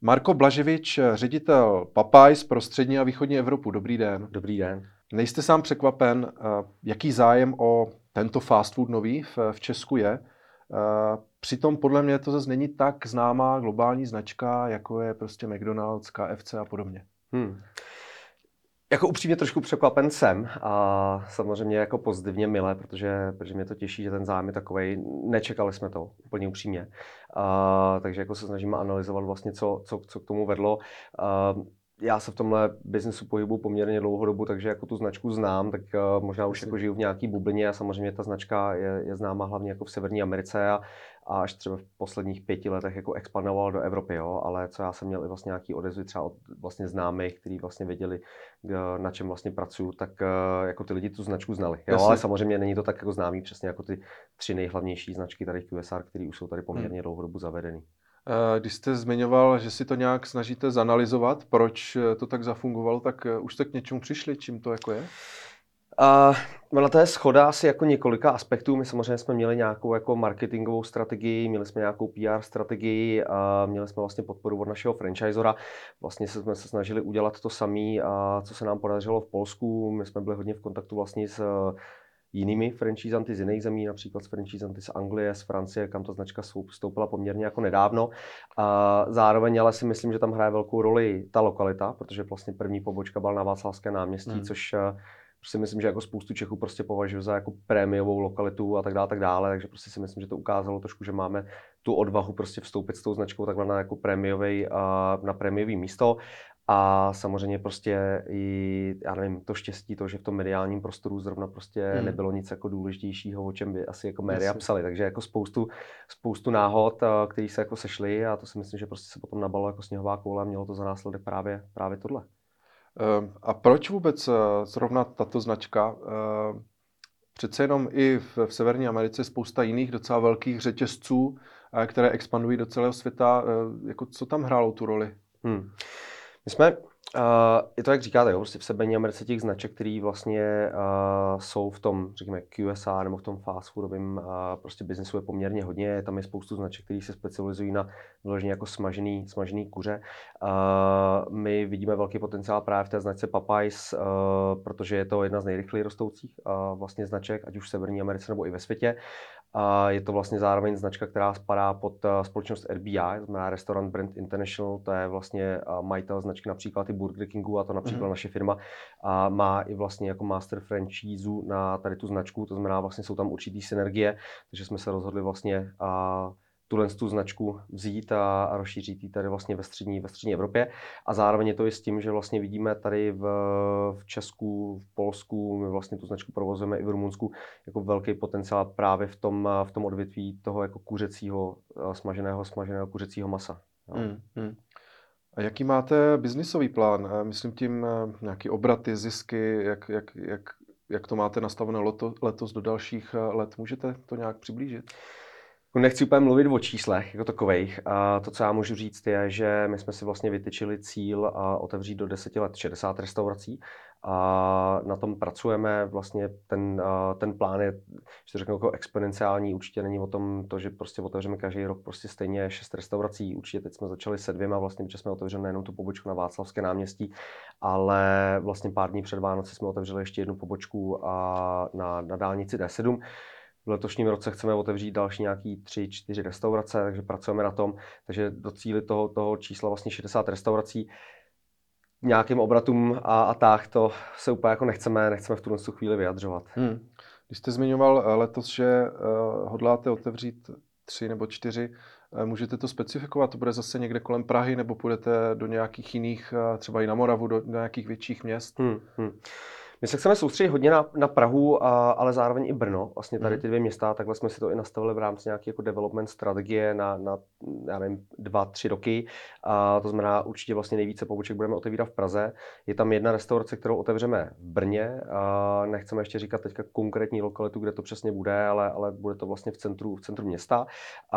Marko Blaževič, ředitel Popeyes pro střední a východní Evropu. Dobrý den. Dobrý den. Nejste sám překvapen, jaký zájem o tento fast food nový v Česku je? Přitom podle mě to zase není tak známá globální značka, jako je prostě McDonald's, KFC a podobně. Jako upřímně trošku překvapen jsem a samozřejmě jako pozitivně milé, protože mě to těší, že ten zájem je takovej. Nečekali jsme to, úplně upřímně. Takže jako se snažíme analyzovat vlastně, co k tomu vedlo. Já se v tomhle biznesu pohybuji poměrně dlouhou dobu, takže jako tu značku znám, tak možná už jako žiju v nějaký bublině a samozřejmě ta značka je známá hlavně jako v Severní Americe a až třeba v posledních 5 letech jako expandovala do Evropy, jo. Ale co já jsem měl i vlastně nějaký odezvy třeba od vlastně známých, kteří vlastně věděli, na čem vlastně pracuju, tak jako ty lidi tu značku znali, jo. Ale samozřejmě není to tak jako známý přesně jako ty 3 nejhlavnější značky tady v QSR, které už jsou tady poměrně dlouhou dobu zavedeny. Když jste zmiňoval, že si to nějak snažíte zanalyzovat, proč to tak zafungovalo, tak už jste k něčemu přišli, čím to jako je? Na to je shoda asi jako několika aspektů. My samozřejmě jsme měli nějakou jako marketingovou strategii, měli jsme nějakou PR strategii, měli jsme vlastně podporu od našeho franchisora. Vlastně jsme se snažili udělat to samé, co se nám podařilo v Polsku. My jsme byli hodně v kontaktu vlastně s jinými franchisanty z jiných zemí, například s franchisanty z Anglie, z Francie, kam ta značka vstoupila poměrně jako nedávno. Zároveň ale si myslím, že tam hraje velkou roli ta lokalita, protože vlastně první pobočka byla na Václavském náměstí, což si myslím, že jako spoustu Čechů prostě považuji za jako prémiovou lokalitu a tak dále, takže prostě si myslím, že to ukázalo trošku, že máme tu odvahu prostě vstoupit s tou značkou takhle na jako prémiový místo. A samozřejmě prostě i, já nevím, to štěstí, to, že v tom mediálním prostoru zrovna prostě nebylo nic jako důležitějšího, o čem by asi jako média psali. Takže jako spoustu náhod, které se jako sešly a to si myslím, že prostě se potom nabalo jako sněhová koule a mělo to za následek právě tohle. A proč vůbec zrovna tato značka? Přece jenom i v Severní Americe spousta jiných docela velkých řetězců, které expandují do celého světa. Jako co tam hrálo tu roli? My jsme, je to jak říkáte, jo, prostě v Severní Americe těch značek, které vlastně jsou v tom, řekněme, QSR nebo v tom fast foodovém prostě biznesu je poměrně hodně. Tam je spoustu značek, které se specializují na vyloženě jako smažený kuře. My vidíme velký potenciál právě v té značce Popeyes, protože je to jedna z nejrychleji rostoucích vlastně značek, ať už v Severní Americe nebo i ve světě. Je to vlastně zároveň značka, která spadá pod společnost RBI, to znamená Restaurant Brand International, to je vlastně majitel značky například i Burger Kingu a to například naše firma má i vlastně jako master franchízu na tady tu značku, to znamená vlastně jsou tam určitý synergie, takže jsme se rozhodli vlastně tu značku vzít a rozšířit ji tady vlastně ve střední Evropě. A zároveň je to i s tím, že vlastně vidíme tady v Česku, v Polsku, my vlastně tu značku provozujeme i v Rumunsku, jako velký potenciál právě v tom odvětví toho jako kuřecího, smaženého kuřecího masa. A jaký máte biznisový plán? Myslím tím nějaký obraty, zisky, jak to máte nastaveno letos do dalších let? Můžete to nějak přiblížit? Nechci úplně mluvit o číslech jako takových. To, co já můžu říct, je, že my jsme si vlastně vytyčili cíl otevřít do 10 let 60 restaurací. A na tom pracujeme. Vlastně ten plán je, že to řeknu, jako exponenciální. Určitě není o tom to, že prostě otevřeme každý rok prostě stejně 6 restaurací. Určitě teď jsme začali se 2, vlastně, protože jsme otevřeli nejenom tu pobočku na Václavské náměstí, ale vlastně pár dní před Vánoci jsme otevřeli ještě jednu pobočku na dálnici D7. V letošním roce chceme otevřít další nějaký 3-4 restaurace, takže pracujeme na tom. Takže docílit toho čísla vlastně 60 restaurací. Nějakým obratům a tak to se úplně jako nechceme v tuhle chvíli vyjadřovat. Když jste zmiňoval letos, že hodláte otevřít 3 nebo 4, můžete to specifikovat? To bude zase někde kolem Prahy nebo půjdete do nějakých jiných, třeba i na Moravu, do nějakých větších měst? My se chceme soustředit hodně na Prahu, ale zároveň i Brno. Vlastně tady ty 2 města, takhle jsme si to i nastavili v rámci nějaké jako development strategie na já nevím, 2-3 roky. To znamená, určitě vlastně nejvíce poboček budeme otevírat v Praze. Je tam jedna restaurace, kterou otevřeme v Brně. Nechceme ještě říkat teďka konkrétní lokalitu, kde to přesně bude, ale bude to vlastně v centru města.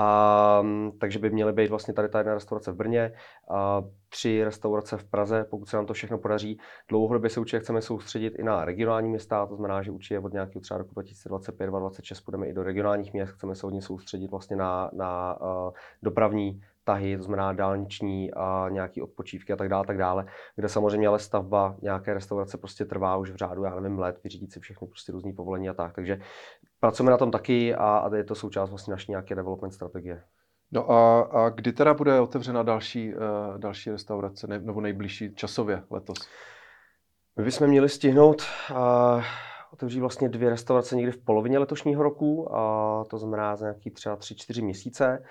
Takže by měly být vlastně tady ta jedna restaurace v Brně. 3 restaurace v Praze, pokud se nám to všechno podaří. Dlouhodobě se určitě chceme soustředit i na regionální města, to znamená, že určitě od nějakého třeba roku 2025-2026 půjdeme i do regionálních měst, chceme se hodně soustředit vlastně na dopravní tahy, to znamená dálniční a nějaký odpočívky a tak dále, kde samozřejmě ale stavba nějaké restaurace prostě trvá už v řádu, já nevím, let, vyřídit si všechny prostě různý povolení a tak. Takže pracujeme na tom taky a je to součást vlastně naší nějaké development strategie. No a kdy teda bude otevřena další restaurace, nebo nejbližší časově letos? My bychom měli stihnout otevřít vlastně 2 restaurace někdy v polovině letošního roku, a to znamená za nějaký třeba 3-4 měsíce.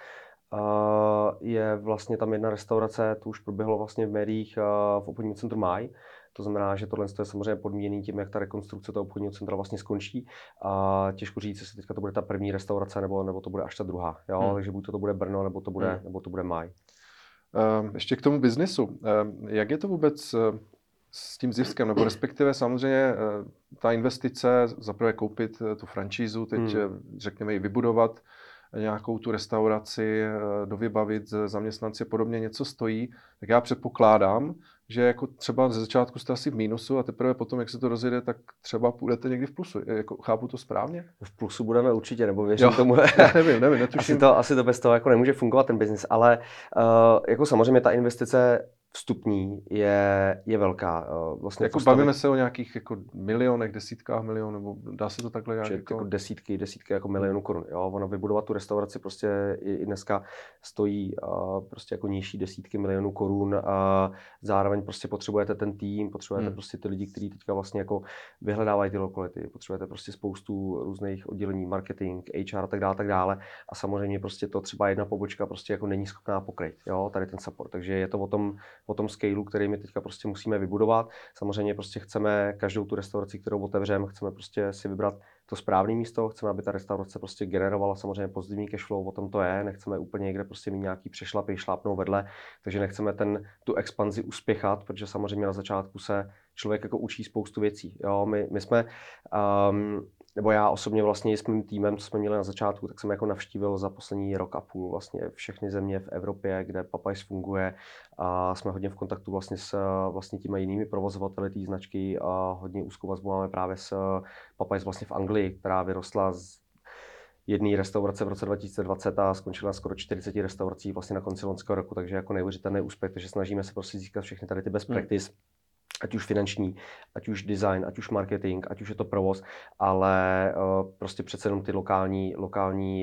Je vlastně tam jedna restaurace, to už proběhlo vlastně v médiích v obchodním centru Máj. To znamená, že tohle je samozřejmě podmíněný tím, jak ta rekonstrukce toho obchodního centra vlastně skončí. A těžko říct, jestli teďka to bude ta první restaurace, nebo to bude až ta druhá. Jo? Takže buď to bude Brno, nebo to bude Máj. Ještě k tomu biznisu. Jak je to vůbec s tím ziskem, nebo respektive samozřejmě ta investice, zaprvé koupit tu franšízu, teď řekněme i vybudovat nějakou tu restauraci, dovybavit zaměstnanci podobně něco stojí, tak já předpokládám, že jako třeba ze začátku jste asi v mínusu a teprve potom, jak se to rozjede, tak třeba půjdete někdy v plusu. Jako, chápu to správně? V plusu budeme určitě, nebo věřím tomu. nevím, netuším. Asi to bez toho jako nemůže fungovat ten biznis, ale jako samozřejmě ta investice vstupní je velká. Vlastně jako bavíme se o nějakých jako milionech, desítkách milionů, nebo dá se to takhle nějak jako desítky jako milionů korun. Jo? Ono vybudovat tu restauraci prostě i dneska stojí prostě jako nižší desítky milionů korun a zároveň prostě potřebujete ten tým, potřebujete prostě ty lidi, kteří teďka vlastně jako vyhledávají ty lokality, potřebujete prostě spoustu různých oddělení, marketing, HR a tak dále. A samozřejmě prostě to třeba jedna pobočka prostě jako není schopná pokryt, jo? Tady ten support. Takže je to o tom scaleu, který my teďka prostě musíme vybudovat. Samozřejmě prostě chceme každou tu restauraci, kterou otevřeme, chceme prostě si vybrat to správné místo, chceme, aby ta restaurace prostě generovala samozřejmě pozitivní cashflow, o tom to je, nechceme úplně někde prostě mít nějaký přešlapy, šlápnou vedle, takže nechceme tu expanzi uspěchat, protože samozřejmě na začátku se člověk jako učí spoustu věcí. Jo, my jsme, nebo já osobně vlastně s mým týmem, co jsme měli na začátku, tak jsem jako navštívil za poslední rok a půl vlastně všechny země v Evropě, kde Popeyes funguje, a jsme hodně v kontaktu vlastně s vlastně těmi jinými provozovateli té značky a hodně úzkou vazbu máme právě s Popeyes vlastně v Anglii, která vyrostla z jedné restaurace v roce 2020 a skončila skoro 40 restaurací vlastně na konci loňského roku, takže jako neuvěřitelný úspěch, takže snažíme se prostě získat všechny tady ty best practice, ať už finanční, ať už design, ať už marketing, ať už je to provoz, ale prostě přece jenom ty lokální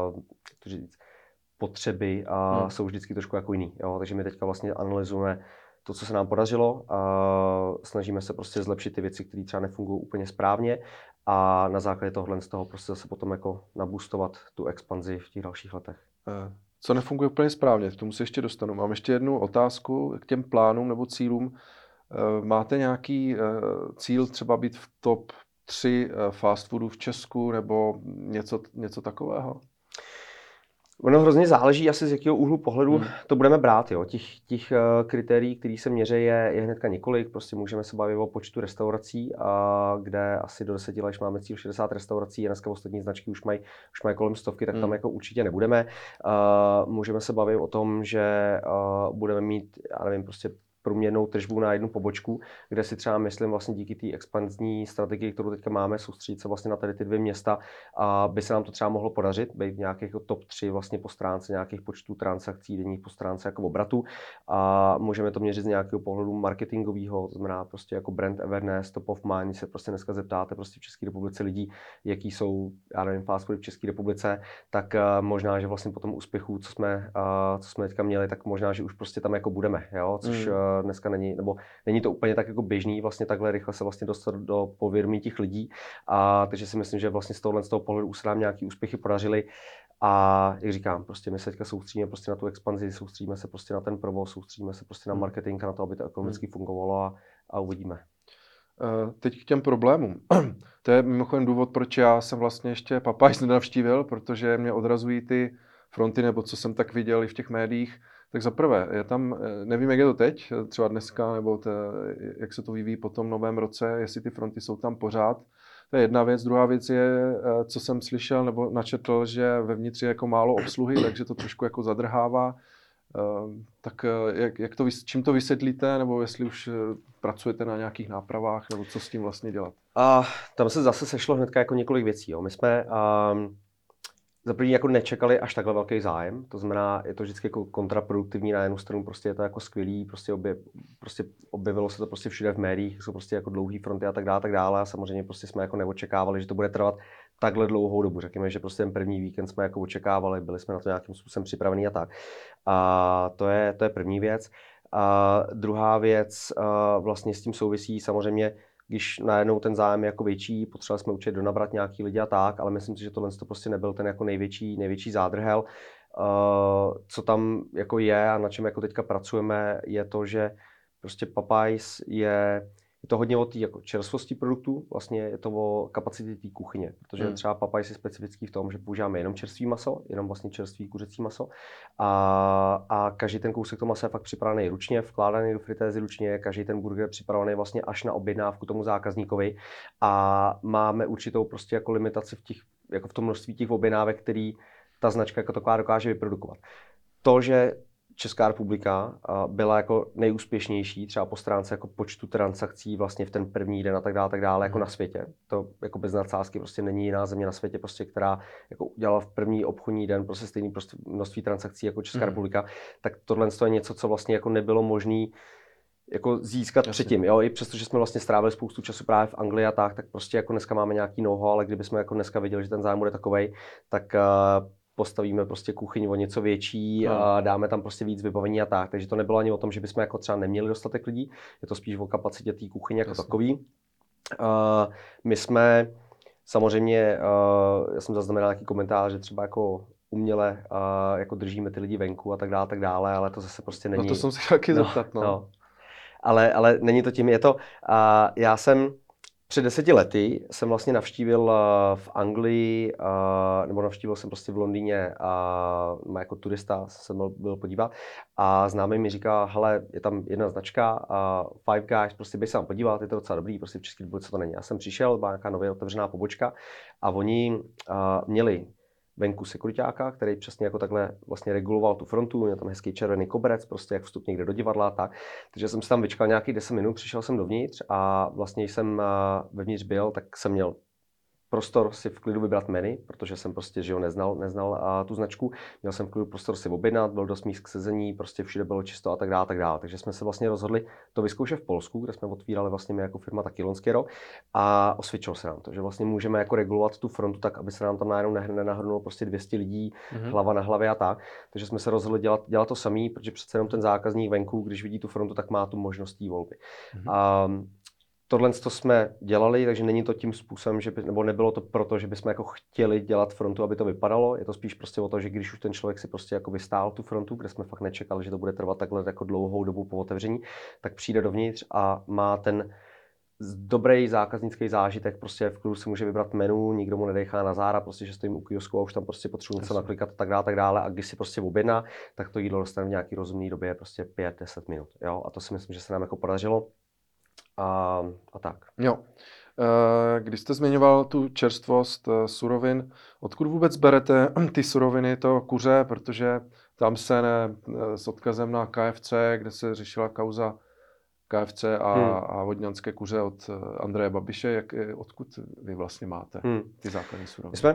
potřeby jsou vždycky trošku jako jiný. Jo? Takže my teďka vlastně analyzujeme to, co se nám podařilo, snažíme se prostě zlepšit ty věci, které třeba nefungují úplně správně, a na základě tohohle z toho prostě zase potom jako naboostovat tu expanzi v těch dalších letech. Co nefunguje úplně správně, k tomu se ještě dostanu. Mám ještě jednu otázku k těm plánům nebo cílům. Máte nějaký cíl třeba být v top 3 fast foodů v Česku nebo něco takového? Ono hrozně záleží asi z jakého úhlu pohledu to budeme brát. Jo. Těch kritérií, které se měří, je hnedka několik. Prostě můžeme se bavit o počtu restaurací, kde asi do 10 let máme cíl 60 restaurací a dneska ostatní značky už mají kolem 100, tak tam jako určitě nebudeme. Můžeme se bavit o tom, že budeme mít, já nevím, prostě průměrnou tržbu na jednu pobočku, kde si třeba myslím vlastně díky té expanzní strategii, kterou teďka máme, soustředit se vlastně na tady ty 2 města, a by se nám to třeba mohlo podařit, být v nějakých top 3 vlastně po stránce nějakých počtů transakcí denních, po stránce jako obratu, a můžeme to měřit z nějakého pohledu marketingového, to znamená prostě jako brand awareness, top of mind, se prostě dneska zeptáte prostě v České republice lidí, jaký jsou, já nevím, fast foody v České republice, tak možná, že vlastně po tom úspěchu, co jsme teďka měli, tak možná, že už prostě tam jako budeme, jo, což dneska není, nebo není to úplně tak jako běžný vlastně takhle rychle se vlastně dostat do povědomí těch lidí, a takže si myslím, že vlastně z toho pohledu už se nám nějaký úspěchy podařily. A jak říkám, prostě my se teďka soustředíme prostě na tu expanzi, soustředíme se prostě na ten provoz, soustředíme se prostě na marketing a na to, aby to ekonomicky fungovalo, a uvidíme. Teď k těm problémům. To je mimochodem důvod, proč já jsem vlastně ještě Popeyes nenavštívil, protože mě odrazují ty fronty, nebo co jsem tak viděl i v těch médiích. Tak za prvé, je tam, nevím, jak je to teď, třeba dneska, nebo jak se to vyvíjí po tom novém roce, jestli ty fronty jsou tam pořád. To je jedna věc. Druhá věc je, co jsem slyšel nebo načetl, že vevnitř je jako málo obsluhy, takže to trošku jako zadrhává. Tak čím to vysvětlíte, nebo jestli už pracujete na nějakých nápravách, nebo co s tím vlastně dělat? Tam se zase sešlo hnedka jako několik věcí. Jo. My jsme za první jako nečekali až takhle velký zájem, to znamená, je to vždycky jako kontraproduktivní na jednu stranu, prostě je to jako skvělý, prostě objevilo se to prostě všude v médiích, jsou prostě jako dlouhý fronty a tak dále a samozřejmě prostě jsme jako neočekávali, že to bude trvat takhle dlouhou dobu. Řekněme, že prostě ten první víkend jsme jako očekávali, byli jsme na to nějakým způsobem připravení a tak. A to je první věc. A druhá věc vlastně s tím souvisí samozřejmě, když najednou ten zájem je jako větší, potřebovali jsme určitě donabrat nějaký lidi a tak, ale myslím si, že tohle to prostě nebyl ten jako největší zádrhel. Co tam jako je a na čem jako teďka pracujeme, je to, že prostě Popeyes je to hodně o té jako čerstvosti produktů, vlastně je to o kapacitě té kuchyně, protože třeba Popeyes je specifický v tom, že používáme jenom čerstvý maso, jenom vlastně čerstvý kuřecí maso a každý ten kousek toho masa je fakt připravený ručně, vkládaný do fritézy ručně, každý ten burger je připravený vlastně až na objednávku tomu zákazníkovi a máme určitou prostě jako limitaci v tom množství těch objednávek, který ta značka jako taková dokáže vyprodukovat. To, že Česká republika byla jako nejúspěšnější třeba po stránce jako počtu transakcí vlastně v ten první den a tak dále jako na světě. To jako bez nadsázky prostě není jiná země na světě, prostě, která jako udělala v první obchodní den prostě stejný prostě množství transakcí jako Česká republika. Tak tohle je něco, co vlastně jako nebylo možné jako získat předtím, jo, i přesto, že jsme vlastně strávili spoustu času právě v Anglii a tak prostě jako dneska máme nějaký know-how, ale kdybychom jako dneska viděli, že ten zájem bude takovej, tak postavíme prostě kuchyň o něco větší a dáme tam prostě víc vybavení a tak. Takže to nebylo ani o tom, že bychom jako třeba neměli dostatek lidí, je to spíš o kapacitě té kuchyně jako takový. My jsme samozřejmě, já jsem zaznamenal nějaký komentář, že třeba jako uměle jako držíme ty lidi venku a tak dále, ale to zase prostě není. No to jsem si taky zeptat, no. Ale není to tím, je to, já jsem před 10 lety jsem vlastně navštívil v Anglii, nebo navštívil jsem prostě v Londýně jako turista, jsem byl podívat a známý mi říká, hele, je tam jedna značka, Five Guys, prostě běž se tam podívat, je to docela dobrý, prostě v České republice to není. Já jsem přišel, byla nějaká nově otevřená pobočka a oni měli venku sekuriťáka, který přesně jako takhle vlastně reguloval tu frontu, měl tam hezký červený koberec, prostě jak vstup někde do divadla a tak. Takže jsem si tam vyčkal nějakých 10 minut, přišel jsem dovnitř a vlastně jsem vevnitř byl, tak jsem měl prostor si v klidu vybrat menu, protože jsem prostě neznal tu značku. Měl jsem v klidu prostor si objednat, byl dost míst k sezení, prostě všude bylo čisto a tak dále. Takže jsme se vlastně rozhodli to vyzkoušet v Polsku, kde jsme otvírali vlastně my jako firma taky loňský rok a osvědčilo se nám to, že vlastně můžeme jako regulovat tu frontu tak, aby se nám tam najednou nenahrnulo prostě 200 lidí, hlava na hlavě a tak. Takže jsme se rozhodli dělat to samý, protože přece jenom ten zákazník venku, když vidí tu frontu, tak má tu možnost té volby. Tohle jsme dělali, takže není to tím způsobem, nebo nebylo to proto, že bychom jako chtěli dělat frontu, aby to vypadalo. Je to spíš prostě o to, že když už ten člověk si prostě jako vystál tu frontu, kde jsme fakt nečekali, že to bude trvat takhle jako dlouhou dobu po otevření, tak přijde dovnitř a má ten dobrý zákaznický zážitek, prostě v klidu si může vybrat menu, nikdo mu nedechá na záda, prostě že stojím u kiosku a už tam prostě potřebuji něco naklikat a tak dále. A když si prostě objedná, tak to jídlo dostane v nějaký rozumný době prostě 5-10 minut. Jo? A to si myslím, že se nám jako podařilo. A tak. Jo. Když jste zmiňoval tu čerstvost surovin, odkud vůbec berete ty suroviny toho kuře, protože tam se s odkazem na KFC, kde se řešila kauza KFC a vodňanské kuře od Andreje Babiše, odkud vy vlastně máte ty základní suroviny? My jsme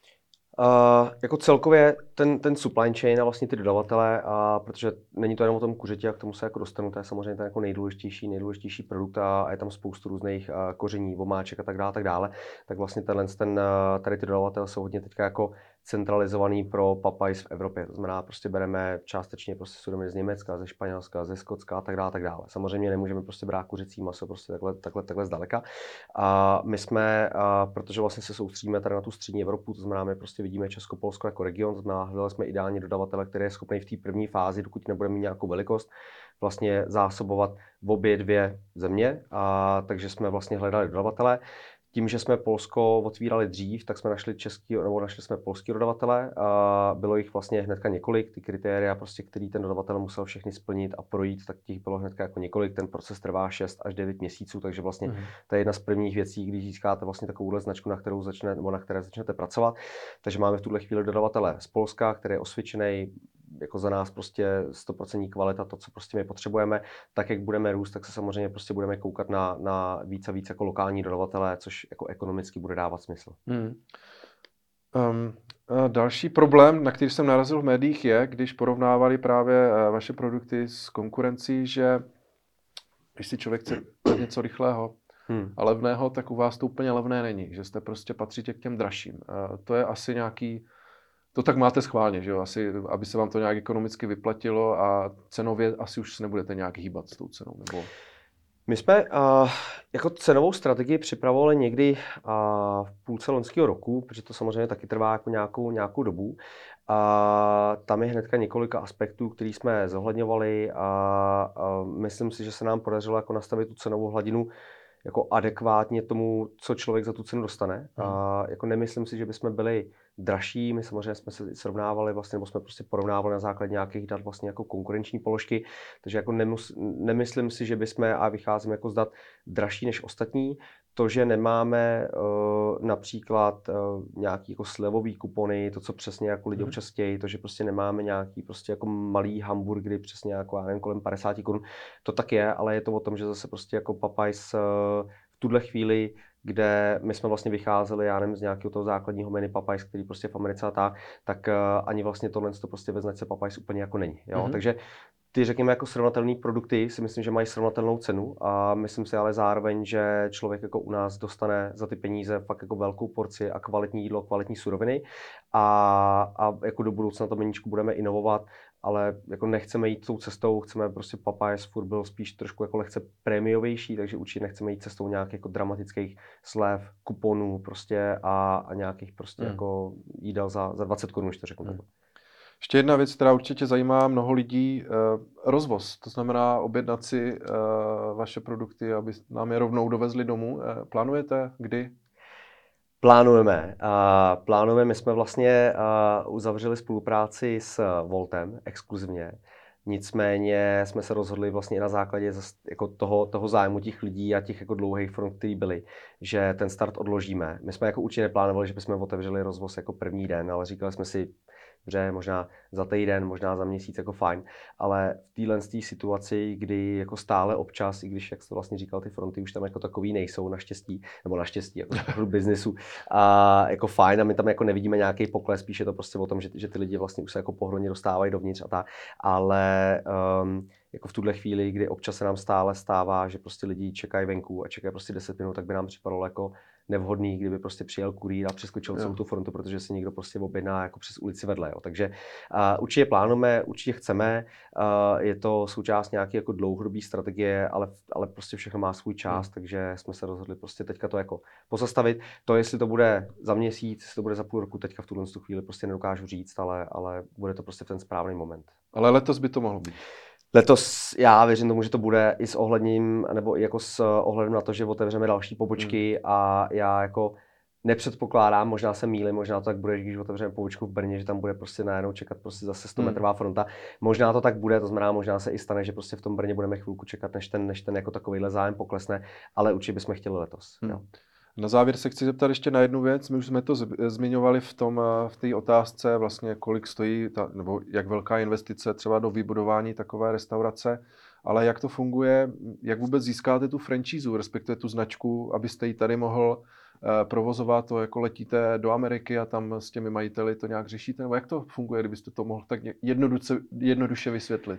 jako celkově ten supply chain a vlastně ty dodavatele, protože není to jenom o tom kuřeti, a k tomu se jako dostanu, to je samozřejmě ten jako nejdůležitější produkt a je tam spoustu různých koření, omáček a tak dále, tak vlastně tady ty dodavatele jsou hodně teďka jako centralizovaný pro Popeyes v Evropě. To znamená, prostě bereme částečně prostě suroviny z Německa, ze Španělska, ze Skotska a tak dále. Samozřejmě nemůžeme prostě brát kuřecí maso prostě takhle zdaleka. A my jsme, protože vlastně se soustředíme tady na tu střední Evropu, to znamená, my prostě vidíme Česko, Polsko jako region, to znamená, hledali jsme ideální dodavatele, který je schopný v té první fázi, dokud nebudeme mít nějakou velikost, vlastně zásobovat v obě dvě země. Takže jsme vlastně hledali dodavatele. Tím, že jsme Polsko otvírali dřív, tak jsme našli jsme polský dodavatele. Bylo jich vlastně hnedka několik, ty kritéria, prostě, který ten dodavatel musel všechny splnit a projít, tak těch bylo hnedka jako několik. Ten proces trvá 6 až 9 měsíců, takže vlastně to je jedna z prvních věcí, když získáte vlastně takovouhle značku, na které začnete pracovat. Takže máme v tuhle chvíli dodavatele z Polska, který je osvědčený, jako za nás prostě 100% kvalita, to, co prostě my potřebujeme. Tak, jak budeme růst, tak se samozřejmě prostě budeme koukat na víc a víc jako lokální dodavatele, což jako ekonomicky bude dávat smysl. Další problém, na který jsem narazil v médiích, je, když porovnávali právě vaše produkty s konkurencí, že když si člověk chce něco rychlého a levného, tak u vás to úplně levné není, že jste prostě patříte k těm dražším. To je asi nějaký, to tak máte schválně, že jo, asi, aby se vám to nějak ekonomicky vyplatilo a cenově asi už nebudete nějak hýbat s tou cenou, nebo... My jsme jako cenovou strategii připravovali někdy v půlce loňského roku, protože to samozřejmě taky trvá jako nějakou dobu. A tam je hnedka několika aspektů, které jsme zohledňovali a myslím si, že se nám podařilo jako nastavit tu cenovou hladinu jako adekvátně tomu, co člověk za tu cenu dostane. A jako nemyslím si, že bychom byli dražší, my samozřejmě jsme se srovnávali vlastně, nebo jsme prostě porovnávali na základě nějakých dat vlastně jako konkurenční položky, takže jako nemyslím si, že bychom, a vycházíme jako z dat, dražší než ostatní. To, že nemáme například nějaký jako slevový kupony, to, co přesně jako lidi občas chtějí, to, že prostě nemáme nějaký prostě jako malý hamburgery přesně jako, já nevím, kolem 50 korun, to tak je, ale je to o tom, že zase prostě jako Popeyes v tuhle chvíli, kde my jsme vlastně vycházeli, já nevím, z nějakého toho základního menu Popeyes, který prostě v Americe a tak ani vlastně tohle to prostě ve značce Popeyes úplně jako není. Jo? Takže ty, řekněme, jako srovnatelné produkty si myslím, že mají srovnatelnou cenu a myslím si ale zároveň, že člověk jako u nás dostane za ty peníze fakt jako velkou porci a kvalitní jídlo, kvalitní suroviny a jako do budoucna to meníčku budeme inovovat, ale jako nechceme jít tou cestou, chceme prostě Popeyes furt byl spíš trošku jako lehce prémiovější, takže určitě nechceme jít cestou nějakých jako dramatických slev, kuponů prostě a nějakých prostě jako jídel za 20 korun, když to řeknu. Ještě jedna věc, která určitě zajímá mnoho lidí, rozvoz. To znamená objednat si vaše produkty, aby nám je rovnou dovezli domů. Plánujete kdy? Plánujeme, my jsme vlastně uzavřeli spolupráci s Voltem exkluzivně. Nicméně jsme se rozhodli vlastně i na základě jako toho zájmu těch lidí a těch jako dlouhých front, který byli, že ten start odložíme. My jsme jako určitě neplánovali, že bychom otevřeli rozvoz jako první den, ale říkali jsme si, že možná za týden, možná za měsíc jako fajn, ale v téhle situaci, kdy jako stále občas, i když, jak jste vlastně říkal, ty fronty už tam jako takový nejsou, naštěstí, jako z pohledu biznesu, a jako fajn a my tam jako nevidíme nějaký pokles, spíš je to prostě o tom, že ty lidi vlastně už se jako pohodlně dostávají dovnitř a tak, ale jako v tuhle chvíli, kdy občas se nám stále stává, že prostě lidi čekají venku a čekají prostě 10 minut, tak by nám připadalo jako nevhodný, kdyby prostě přijel kurýr a přeskočil celou tu frontu, protože si někdo prostě objedná jako přes ulici vedle. Jo. Takže určitě plánujeme, určitě chceme, je to součást nějaké jako dlouhodobé strategie, ale prostě všechno má svůj čas, takže jsme se rozhodli prostě teďka to jako pozastavit. To, jestli to bude za měsíc, jestli to bude za půl roku, teďka v tuhle chvíli prostě nedokážu říct, ale bude to prostě v ten správný moment. Ale letos by to mohlo být. Letos já věřím tomu, že to bude i s ohledním, nebo i jako s ohledem na to, že otevřeme další pobočky a já jako nepředpokládám, možná se mýlím, možná to tak bude, když otevřeme pobočku v Brně, že tam bude prostě najednou čekat prostě zase 100metrová fronta. Možná to tak bude, to znamená, možná se i stane, že prostě v tom Brně budeme chvilku čekat, než ten jako takovýhle zájem poklesne, ale určitě bychom chtěli letos. Jo. Na závěr se chci zeptat ještě na jednu věc. My už jsme to zmiňovali v té otázce, vlastně kolik stojí, nebo jak velká investice třeba do vybudování takové restaurace, ale jak to funguje, jak vůbec získáte tu franšízu, respektive tu značku, abyste ji tady mohl provozovat, to jako letíte do Ameriky a tam s těmi majiteli to nějak řešíte, nebo jak to funguje, kdybyste to mohl tak jednoduše vysvětlit?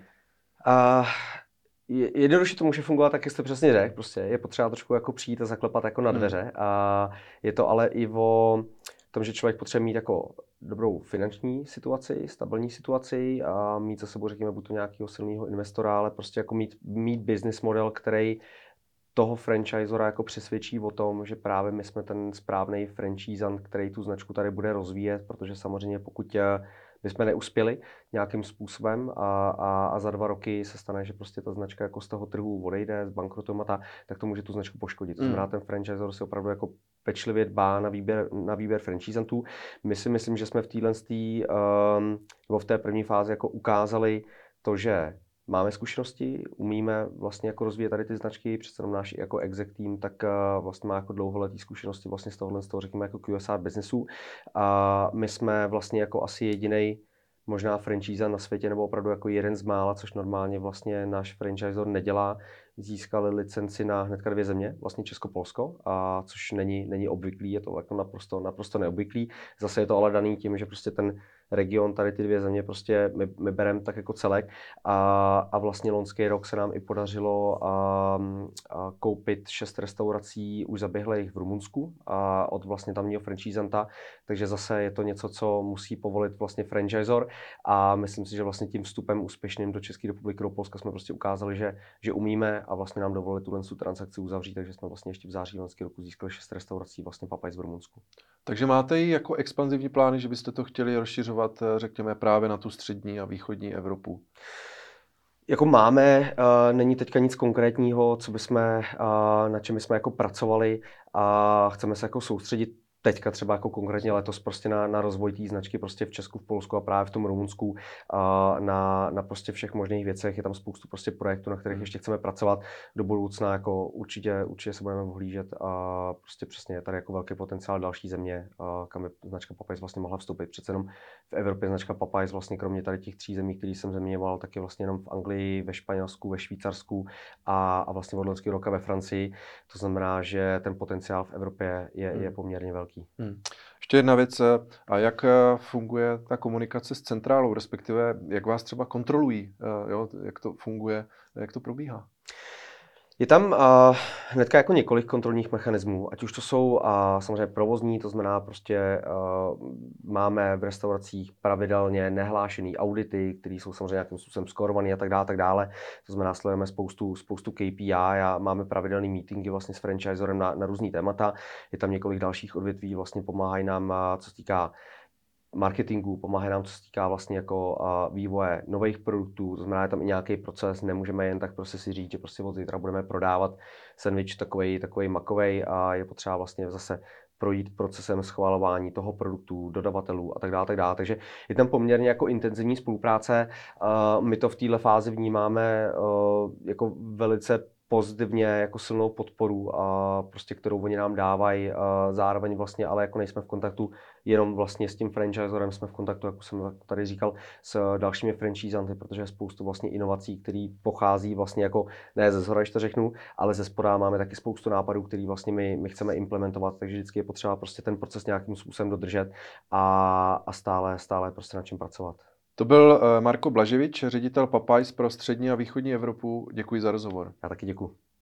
Jednoduše to může fungovat, tak jak jste přesně řekl, prostě je potřeba trošku jako přijít a zaklepat jako na dveře a je to ale i o tom, že člověk potřebuje mít jako dobrou finanční situaci, stabilní situaci a mít za sebou, řekněme, buď to nějakého silného investora, ale prostě jako mít business model, který toho franchisora jako přesvědčí o tom, že právě my jsme ten správný franchisant, který tu značku tady bude rozvíjet, protože samozřejmě pokud bychom neuspěli nějakým způsobem a za 2 roky se stane, že prostě ta značka jako z toho trhu odejde, zbankrotuje tak to může tu značku poškodit. To znamená, ten franchisor si opravdu jako pečlivě dbá na výběr franchisantů. My si myslím, že jsme v nebo v té první fázi jako ukázali to, že máme zkušenosti, umíme vlastně jako rozvíjet tady ty značky, přece náš jako exec tým, tak vlastně má jako dlouholetý zkušenosti vlastně z toho řekněme jako QSR businessu. A my jsme vlastně jako asi jedinej možná franchise na světě, nebo opravdu jako jeden z mála, což normálně vlastně náš franchisor nedělá, získali licenci na hnedka 2 země, vlastně Česko-Polsko, a což není obvyklý, je to jako naprosto neobvyklý. Zase je to ale daný tím, že prostě ten region, tady ty 2 země prostě my bereme tak jako celek a vlastně loňský rok se nám i podařilo koupit 6 restaurací už zaběhlých v Rumunsku a od vlastně tamního franchisanta, takže zase je to něco, co musí povolit vlastně franchisor a myslím si, že vlastně tím vstupem úspěšným do České republiky, do Polska jsme prostě ukázali, že umíme a vlastně nám dovolili tu transakci uzavřít, takže jsme vlastně ještě v září loňského roku získali 6 restaurací vlastně Popeyes v Rumunsku. Takže máte i jako expanzivní plány, že byste to chtěli rozšiřovat, řekněme, právě na tu střední a východní Evropu? Jako máme, není teďka nic konkrétního, na čem jsme jako pracovali a chceme se jako soustředit teďka třeba jako konkrétně letos prostě na rozvoj té značky prostě v Česku, v Polsku a právě v tom Rumunsku, na prostě všech možných věcech. Je tam spoustu prostě projektů, na kterých ještě chceme pracovat do budoucna, jako určitě se budeme vhlížet a prostě přesně je tady jako velký potenciál další země, kam je značka Popeyes vlastně mohla vstoupit. Přece jenom v Evropě značka Popeyes vlastně kromě tady těch 3 zemí, které jsem zmiňoval, tak je vlastně jenom v Anglii, ve Španělsku, ve Švýcarsku a vlastně od loňského roka ve Francii. To znamená, že ten potenciál v Evropě je poměrně velký. Ještě jedna věc, a jak funguje ta komunikace s centrálou, respektive jak vás třeba kontrolují, jo? Jak to funguje, jak to probíhá? Je tam hnedka jako několik kontrolních mechanismů, ať už to jsou samozřejmě provozní, to znamená prostě máme v restauracích pravidelně nehlášený audity, které jsou samozřejmě nějakým způsobem skorované a tak dále. To znamená, sledujeme spoustu KPI a máme pravidelné meetingy vlastně s franchisorem na různý témata. Je tam několik dalších odvětví, vlastně pomáhají nám, co se týká marketingu, pomáhá nám, co se týká vlastně jako vývoje nových produktů, to znamená, je tam i nějaký proces, nemůžeme jen tak prostě si říct, že prostě od zítra budeme prodávat sendvič takovej makovej a je potřeba vlastně zase projít procesem schvalování toho produktu, dodavatelů a tak dále. Takže je tam poměrně jako intenzivní spolupráce. My to v této fázi vnímáme jako velice pozitivně jako silnou podporu, prostě, kterou oni nám dávají, zároveň vlastně, ale jako nejsme v kontaktu jenom vlastně s tím franchisorem, jsme v kontaktu, jak jsem tady říkal, s dalšími franchisanty, protože je spoustu vlastně inovací, které pochází vlastně jako, ne ze zhora, když to řeknu, ale ze spoda máme taky spoustu nápadů, který vlastně my chceme implementovat, takže vždycky je potřeba prostě ten proces nějakým způsobem dodržet a stále prostě na čem pracovat. To byl Marko Blaževič, ředitel Popeyes pro střední a východní Evropu. Děkuji za rozhovor. Já taky děkuji.